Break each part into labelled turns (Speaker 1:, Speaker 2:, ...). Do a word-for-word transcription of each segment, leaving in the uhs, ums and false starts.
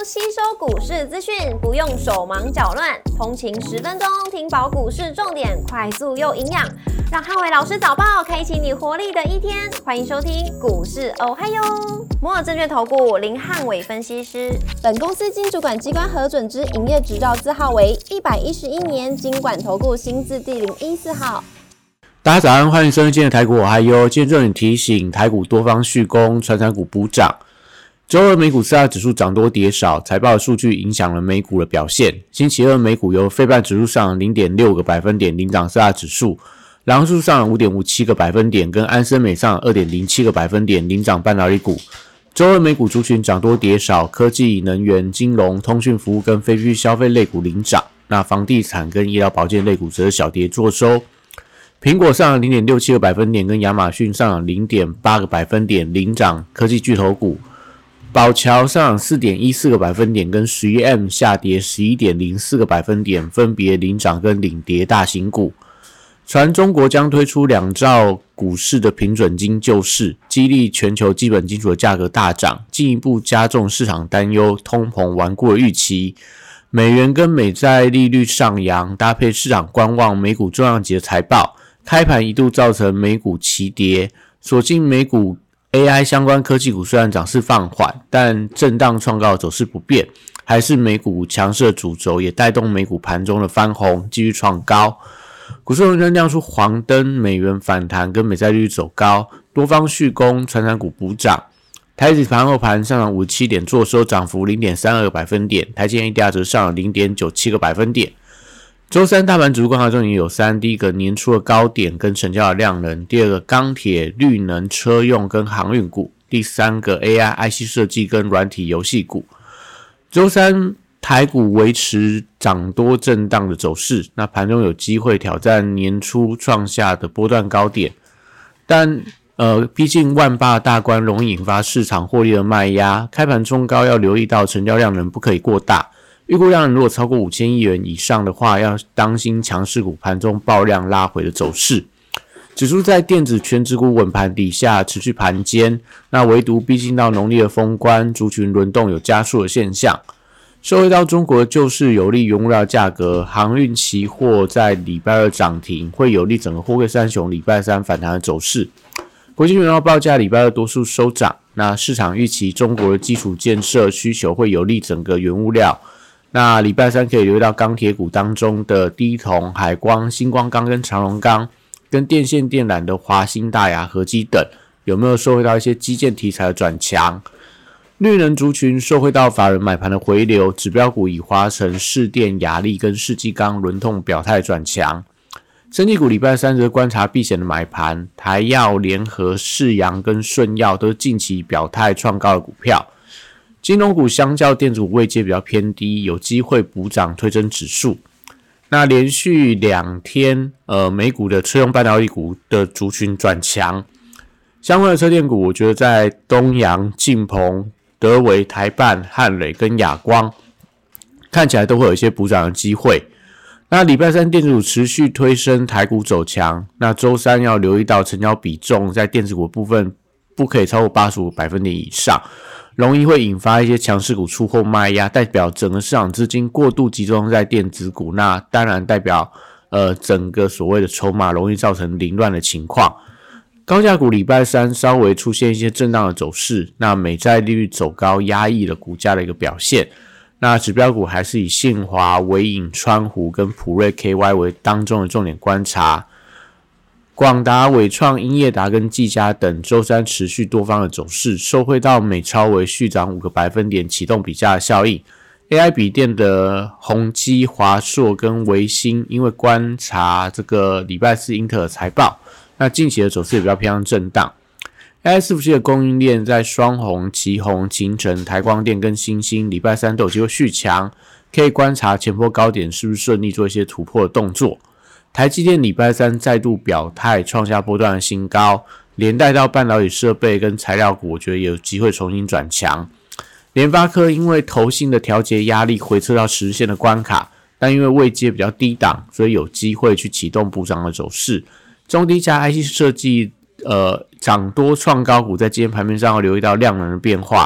Speaker 1: 吸收股市资讯，不用手忙脚乱，通勤十分钟听饱股市重点，快速又营养，让汉伟老师早报开启你活力的一天。欢迎收听股市哦嗨哟，摩尔证券投顾林汉伟分析师。本公司经主管机关核准之营业执照字号为一百一十一年金管投顾新字第零一四号。
Speaker 2: 大家早安，欢迎收听今天的台股我嗨哟。今天重点提醒，台股多方续攻，传产股补涨。周二美股四大指数涨多跌少，财报的数据影响了美股的表现。星期二美股由费半指数上 零点六 个百分点领涨四大指数，狼数上 五点五七 个百分点，跟安森美上 二点零七 个百分点领涨半导体股。周二美股族群涨多跌少，科技、能源、金融、通讯服务跟非必需消费类股领涨，那房地产跟医疗保健类股则是小跌作收。苹果上 零点六七 个百分点，跟亚马逊上 零点八 个百分点领涨科技巨头股。宝乔上 四点一四 个百分点，跟 十一 M 下跌 十一点零四 个百分点，分别领涨跟领跌大型股。传中国将推出两兆股市的平准金救市，激励全球基本金属的价格大涨，进一步加重市场担忧通膨顽固的预期。美元跟美债利率上扬，搭配市场观望美股重量级的财报，开盘一度造成美股齐跌，所幸美股A I 相关科技股虽然涨势放缓，但震荡创高的走势不变，还是美股强势的主轴，也带动美股盘中的翻红，继续创高。股市仍亮出黄灯，美元反弹跟美债利率走高，多方续攻，传产股补涨。台指盘后盘上涨五十七点，作收涨幅 零点三二 个百分点，台积电 A D R 则上涨 零点九七 个百分点。周三大盘指数观察重点有三：第一个年初的高点跟成交的量能；第二个钢铁、绿能、车用跟航运股；第三个 A I、I C 设计跟软体游戏股。周三台股维持涨多震荡的走势，那盘中有机会挑战年初创下的波段高点，但呃，毕竟万八大关容易引发市场获利的卖压，开盘冲高要留意到成交量能不可以过大。预估量如果超过五千亿元以上的话，要当心强势股盘中爆量拉回的走势。指数在电子全指股稳盘底下持续盘坚，那唯独逼近到农历的封关，族群轮动有加速的现象。受惠到中国的救市有利原物料价格，航运期货在礼拜二涨停，会有利整个货柜三雄礼拜三反弹的走势。国际原料报价礼拜二多数收涨，那市场预期中国的基础建设需求会有利整个原物料。那礼拜三可以留意到钢铁股当中的低铜、海光、星光钢跟长荣钢，跟电线电缆的华兴、大亚、和基等，有没有受惠到一些基建题材的转强？绿能族群受惠到法人买盘的回流，指标股以华城、士电、亚力跟世纪钢轮动表态转强。生技股礼拜三则观察避险的买盘，台药、联合、世阳跟顺药都是近期表态创高的股票。金融股相较电子股位阶比较偏低，有机会补涨推升指数。那连续两天，呃，美股的车用半导体股的族群转强，相关的车电股，我觉得在东阳、晋鹏、德微、台半、汉磊跟亚光，看起来都会有一些补涨的机会。那礼拜三电子股持续推升台股走强，那周三要留意到成交比重在电子股的部分不可以超过 百分之八十五 百分点以上。容易会引发一些强势股出货卖压，代表整个市场资金过度集中在电子股，那当然代表呃整个所谓的筹码容易造成凌乱的情况。高价股礼拜三稍微出现一些震荡的走势，那美债利率走高压抑了股价的一个表现。那指标股还是以信华、微影、川湖跟普瑞 K Y 为当中的重点观察。广达、伟创、英业达跟技嘉等周三持续多方的走势，受惠到美超微续涨五个百分点，启动比价的效应。A I 笔电的宏基、华硕跟微星，因为观察这个礼拜四英特尔财报，那近期的走势也比较偏向震荡。A I 伺服器的供应链在双虹、奇宏、勤诚、台光电跟新兴，礼拜三都有机会续强，可以观察前波高点是不是顺利做一些突破的动作。台积电礼拜三再度表态创下波段的新高，连带到半导体设备跟材料股，我觉得也有机会重新转强。联发科因为投信的调节压力回撤到十日线的关卡，但因为位阶比较低档，所以有机会去启动补涨的走势。中低价 I C 设计呃涨多创高股在今天盘面上要留意到量能的变化，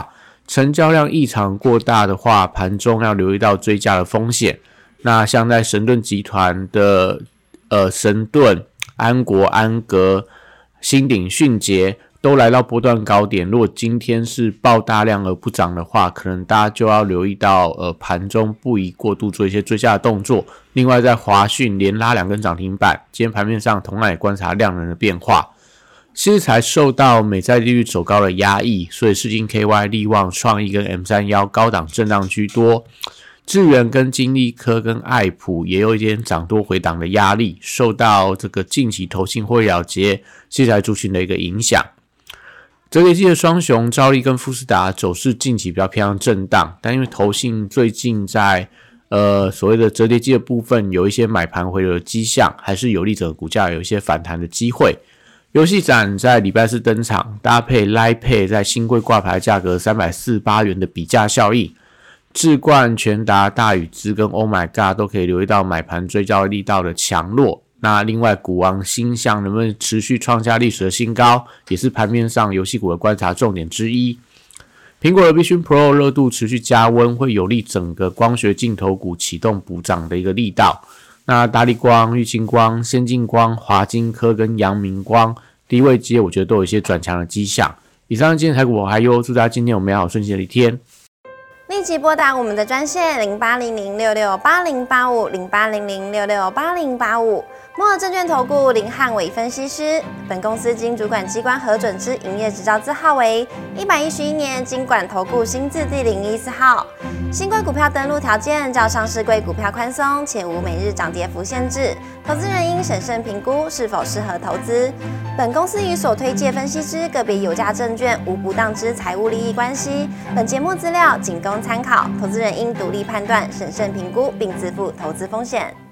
Speaker 2: 成交量异常过大的话，盘中要留意到追加的风险。那像在神盾集团的呃神盾、安国、安格、新鼎、迅捷都来到波段高点，如果今天是爆大量而不涨的话，可能大家就要留意到呃盘中不宜过度做一些追加的动作。另外在华讯连拉两根涨停板，今天盘面上同样也观察量能的变化。其实才受到美债利率走高的压抑，所以世晶 K Y、力旺、创意跟 M 三十一 高档震荡居多。智原跟金利科跟爱普也有一点涨多回档的压力，受到这个近期投信或了结器材族群的一个影响。折叠机的双雄兆利跟富士达走势近期比较偏向震荡，但因为投信最近在呃所谓的折叠机的部分有一些买盘回流的迹象，还是有利整个股价有一些反弹的机会。游戏展在礼拜四登场，搭配 Line Pay 在新贵挂牌价格三百四十八元的比价效应，智冠、全达、大宇资跟 Oh My God 都可以留意到买盘追焦力道的强弱。那另外股王星象能不能持续创下历史的新高，也是盘面上游戏股的观察重点之一。苹果的 Vision Pro 热度持续加温，会有利整个光学镜头股启动补涨的一个力道。那达利光、玉清光、先进光、华金科跟阳明光低位阶我觉得都有一些转强的迹象。以上是今天台股我还有，祝大家今天有美好顺心的一天。
Speaker 1: 立即拨打我们的专线零八零零六六八零八五零八零零六六八零八五。摩尔证券投顾林汉伟分析师，本公司经主管机关核准之营业执照字号为一百一十一年金管投顾新字第零一四号。新规股票登录条件较上市柜股票宽松，且无每日涨跌幅限制，投资人应审慎评估是否适合投资。本公司与所推介分析之个别有价证券无不当之财务利益关系。本节目资料仅供参考，投资人应独立判断、审慎评估，并自负投资风险。